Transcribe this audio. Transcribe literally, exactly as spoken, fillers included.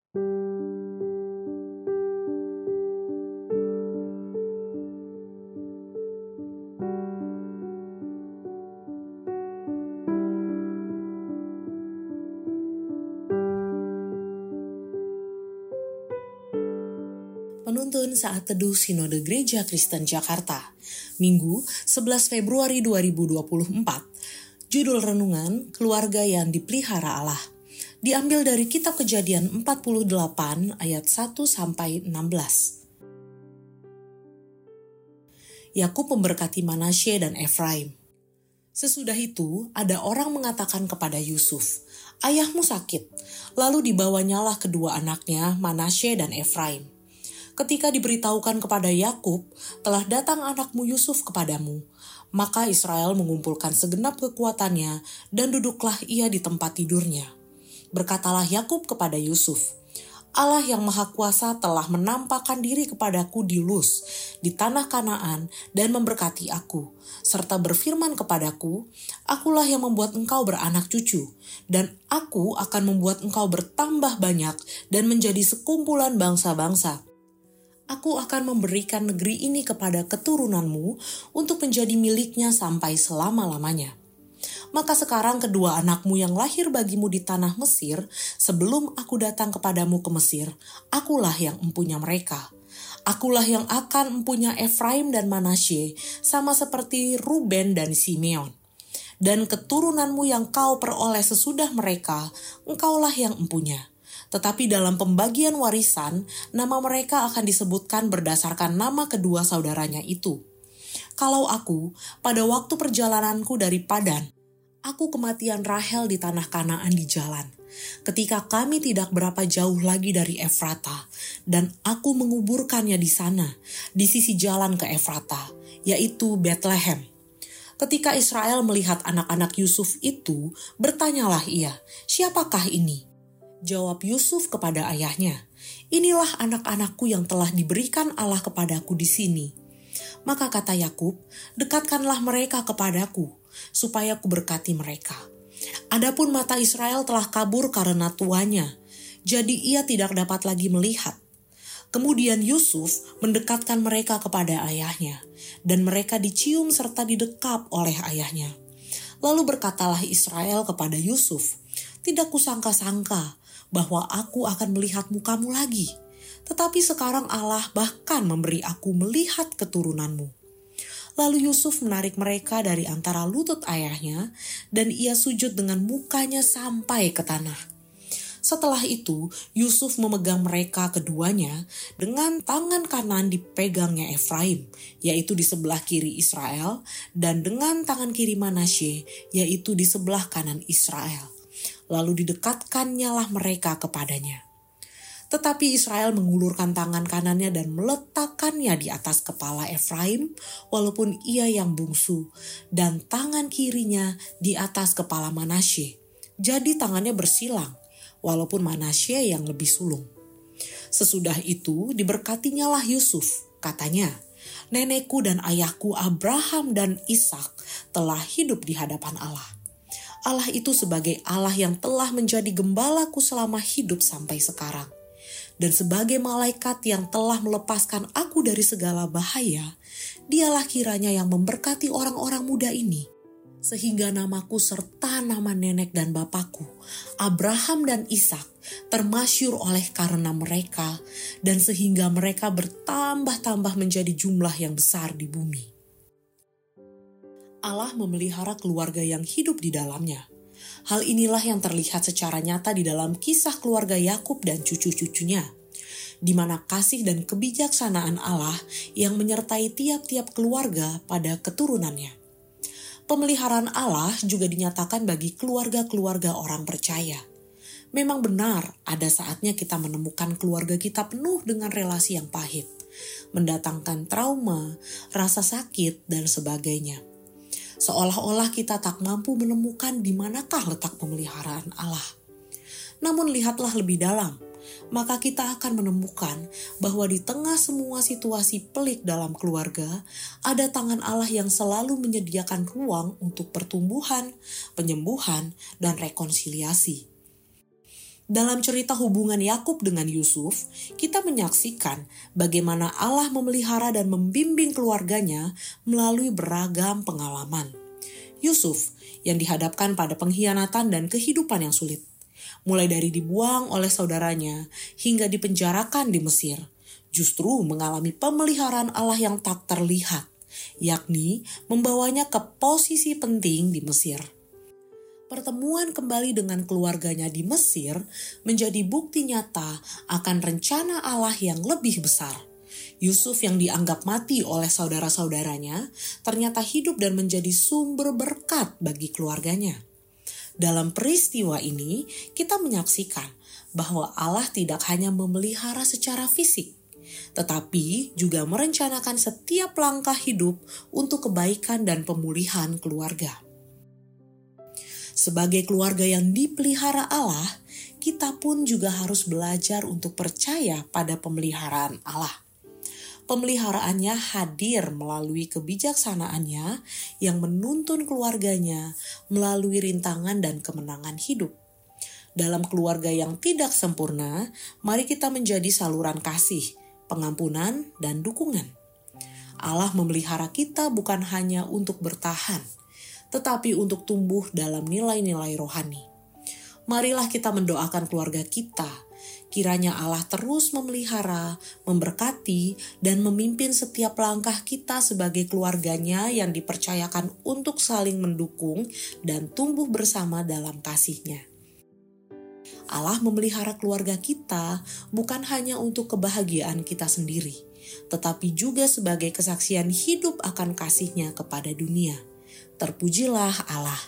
Penuntun Saat Teduh Sinode Gereja Kristen Jakarta, Minggu sebelas Februari dua ribu dua puluh empat. Judul renungan, Keluarga yang Dipelihara Allah. Diambil dari Kitab Kejadian empat puluh delapan ayat satu sampai enam belas. Yakub memberkati Manasye dan Efraim. Sesudah itu, ada orang mengatakan kepada Yusuf, "Ayahmu sakit." Lalu dibawanyalah kedua anaknya, Manasye dan Efraim. Ketika diberitahukan kepada Yakub, telah datang anakmu Yusuf kepadamu, maka Israel mengumpulkan segenap kekuatannya dan duduklah ia di tempat tidurnya. Berkatalah Yakub kepada Yusuf, "Allah yang Maha Kuasa telah menampakkan diri kepadaku di Luz, di tanah Kanaan, dan memberkati aku, serta berfirman kepadaku, akulah yang membuat engkau beranak cucu, dan aku akan membuat engkau bertambah banyak dan menjadi sekumpulan bangsa-bangsa. Aku akan memberikan negeri ini kepada keturunanmu untuk menjadi miliknya sampai selama-lamanya. Maka sekarang kedua anakmu yang lahir bagimu di tanah Mesir, sebelum aku datang kepadamu ke Mesir, akulah yang empunya mereka. Akulah yang akan empunya Efraim dan Manasye, sama seperti Ruben dan Simeon. Dan keturunanmu yang kau peroleh sesudah mereka, engkaulah yang empunya. Tetapi dalam pembagian warisan, nama mereka akan disebutkan berdasarkan nama kedua saudaranya itu. Kalau aku, pada waktu perjalananku dari Padan, aku kematian Rahel di tanah Kanaan di jalan, ketika kami tidak berapa jauh lagi dari Efrata, dan aku menguburkannya di sana, di sisi jalan ke Efrata, yaitu Betlehem. Ketika Israel melihat anak-anak Yusuf itu, bertanyalah ia, siapakah ini? Jawab Yusuf kepada ayahnya, "Inilah anak-anakku yang telah diberikan Allah kepadaku di sini." Maka kata Yakub, "Dekatkanlah mereka kepadaku, supaya ku berkati mereka." Adapun mata Israel telah kabur karena tuanya, jadi ia tidak dapat lagi melihat. Kemudian Yusuf mendekatkan mereka kepada ayahnya, dan mereka dicium serta didekap oleh ayahnya. Lalu berkatalah Israel kepada Yusuf, "Tidak kusangka-sangka bahwa aku akan melihat mukamu lagi. Tetapi sekarang Allah bahkan memberi aku melihat keturunanmu." Lalu Yusuf menarik mereka dari antara lutut ayahnya, dan ia sujud dengan mukanya sampai ke tanah. Setelah itu, Yusuf memegang mereka keduanya, dengan tangan kanan dipegangnya Efraim, yaitu di sebelah kiri Israel, dan dengan tangan kiri Manasye, yaitu di sebelah kanan Israel. Lalu didekatkannya lah mereka kepadanya. Tetapi Israel mengulurkan tangan kanannya dan meletakkannya di atas kepala Efraim, walaupun ia yang bungsu, dan tangan kirinya di atas kepala Manasye. Jadi tangannya bersilang, walaupun Manasye yang lebih sulung. Sesudah itu diberkatinya lah Yusuf, katanya, "Nenekku dan ayahku Abraham dan Ishak telah hidup di hadapan Allah. Allah itu sebagai Allah yang telah menjadi gembalaku selama hidup sampai sekarang. Dan sebagai malaikat yang telah melepaskan aku dari segala bahaya, dialah kiranya yang memberkati orang-orang muda ini, sehingga namaku serta nama nenek dan bapakku, Abraham dan Ishak, termasyur oleh karena mereka, dan sehingga mereka bertambah-tambah menjadi jumlah yang besar di bumi." Allah memelihara keluarga yang hidup di dalamnya. Hal inilah yang terlihat secara nyata di dalam kisah keluarga Yakub dan cucu-cucunya, di mana kasih dan kebijaksanaan Allah yang menyertai tiap-tiap keluarga pada keturunannya. Pemeliharaan Allah juga dinyatakan bagi keluarga-keluarga orang percaya. Memang benar, ada saatnya kita menemukan keluarga kita penuh dengan relasi yang pahit, mendatangkan trauma, rasa sakit, dan sebagainya. Seolah-olah kita tak mampu menemukan di manakah letak pemeliharaan Allah. Namun lihatlah lebih dalam, maka kita akan menemukan bahwa di tengah semua situasi pelik dalam keluarga, ada tangan Allah yang selalu menyediakan ruang untuk pertumbuhan, penyembuhan, dan rekonsiliasi. Dalam cerita hubungan Yakub dengan Yusuf, kita menyaksikan bagaimana Allah memelihara dan membimbing keluarganya melalui beragam pengalaman. Yusuf yang dihadapkan pada pengkhianatan dan kehidupan yang sulit, mulai dari dibuang oleh saudaranya hingga dipenjarakan di Mesir, justru mengalami pemeliharaan Allah yang tak terlihat, yakni membawanya ke posisi penting di Mesir. Pertemuan kembali dengan keluarganya di Mesir menjadi bukti nyata akan rencana Allah yang lebih besar. Yusuf yang dianggap mati oleh saudara-saudaranya ternyata hidup dan menjadi sumber berkat bagi keluarganya. Dalam peristiwa ini, kita menyaksikan bahwa Allah tidak hanya memelihara secara fisik, tetapi juga merencanakan setiap langkah hidup untuk kebaikan dan pemulihan keluarga. Sebagai keluarga yang dipelihara Allah, kita pun juga harus belajar untuk percaya pada pemeliharaan Allah. Pemeliharaannya hadir melalui kebijaksanaannya yang menuntun keluarganya melalui rintangan dan kemenangan hidup. Dalam keluarga yang tidak sempurna, mari kita menjadi saluran kasih, pengampunan, dan dukungan. Allah memelihara kita bukan hanya untuk bertahan, tetapi untuk tumbuh dalam nilai-nilai rohani. Marilah kita mendoakan keluarga kita, kiranya Allah terus memelihara, memberkati, dan memimpin setiap langkah kita sebagai keluarganya yang dipercayakan untuk saling mendukung dan tumbuh bersama dalam kasih-Nya. Allah memelihara keluarga kita bukan hanya untuk kebahagiaan kita sendiri, tetapi juga sebagai kesaksian hidup akan kasih-Nya kepada dunia. Terpujilah Allah.